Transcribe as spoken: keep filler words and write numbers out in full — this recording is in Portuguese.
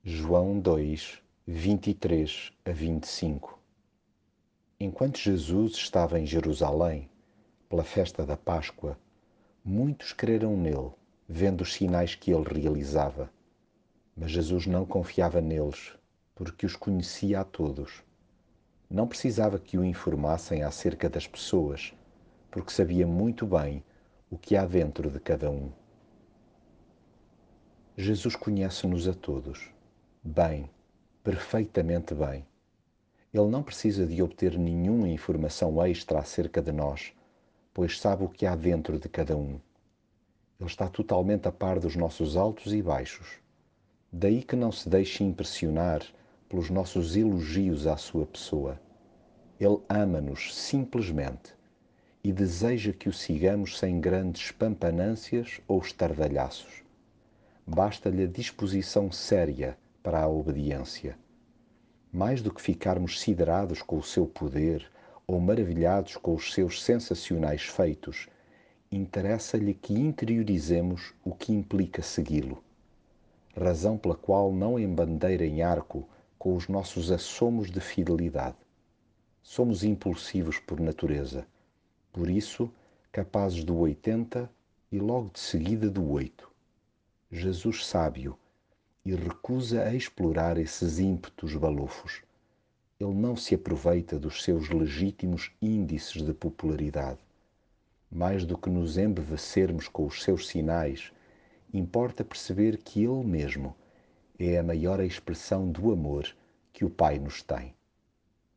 João dois, vinte e três a vinte e cinco. Enquanto Jesus estava em Jerusalém, pela festa da Páscoa, muitos creram nele, vendo os sinais que ele realizava. Mas Jesus não confiava neles, porque os conhecia a todos. Não precisava que o informassem acerca das pessoas, porque sabia muito bem o que há dentro de cada um. Jesus conhece-nos a todos, bem, perfeitamente bem. Ele não precisa de obter nenhuma informação extra acerca de nós, pois sabe o que há dentro de cada um. Ele está totalmente a par dos nossos altos e baixos. Daí que não se deixe impressionar pelos nossos elogios à sua pessoa. Ele ama-nos simplesmente e deseja que o sigamos sem grandes pampanâncias ou estardalhaços. Basta-lhe a disposição séria para a obediência. Mais do que ficarmos siderados com o seu poder ou maravilhados com os seus sensacionais feitos, interessa-lhe que interiorizemos o que implica segui-lo, razão pela qual não embandeira em arco com os nossos assomos de fidelidade. Somos impulsivos por natureza, por isso capazes do oitenta e logo de seguida do oito. Jesus sabe-o e recusa a explorar esses ímpetos balofos. Ele não se aproveita dos seus legítimos índices de popularidade. Mais do que nos embevecermos com os seus sinais, importa perceber que Ele mesmo é a maior expressão do amor que o Pai nos tem.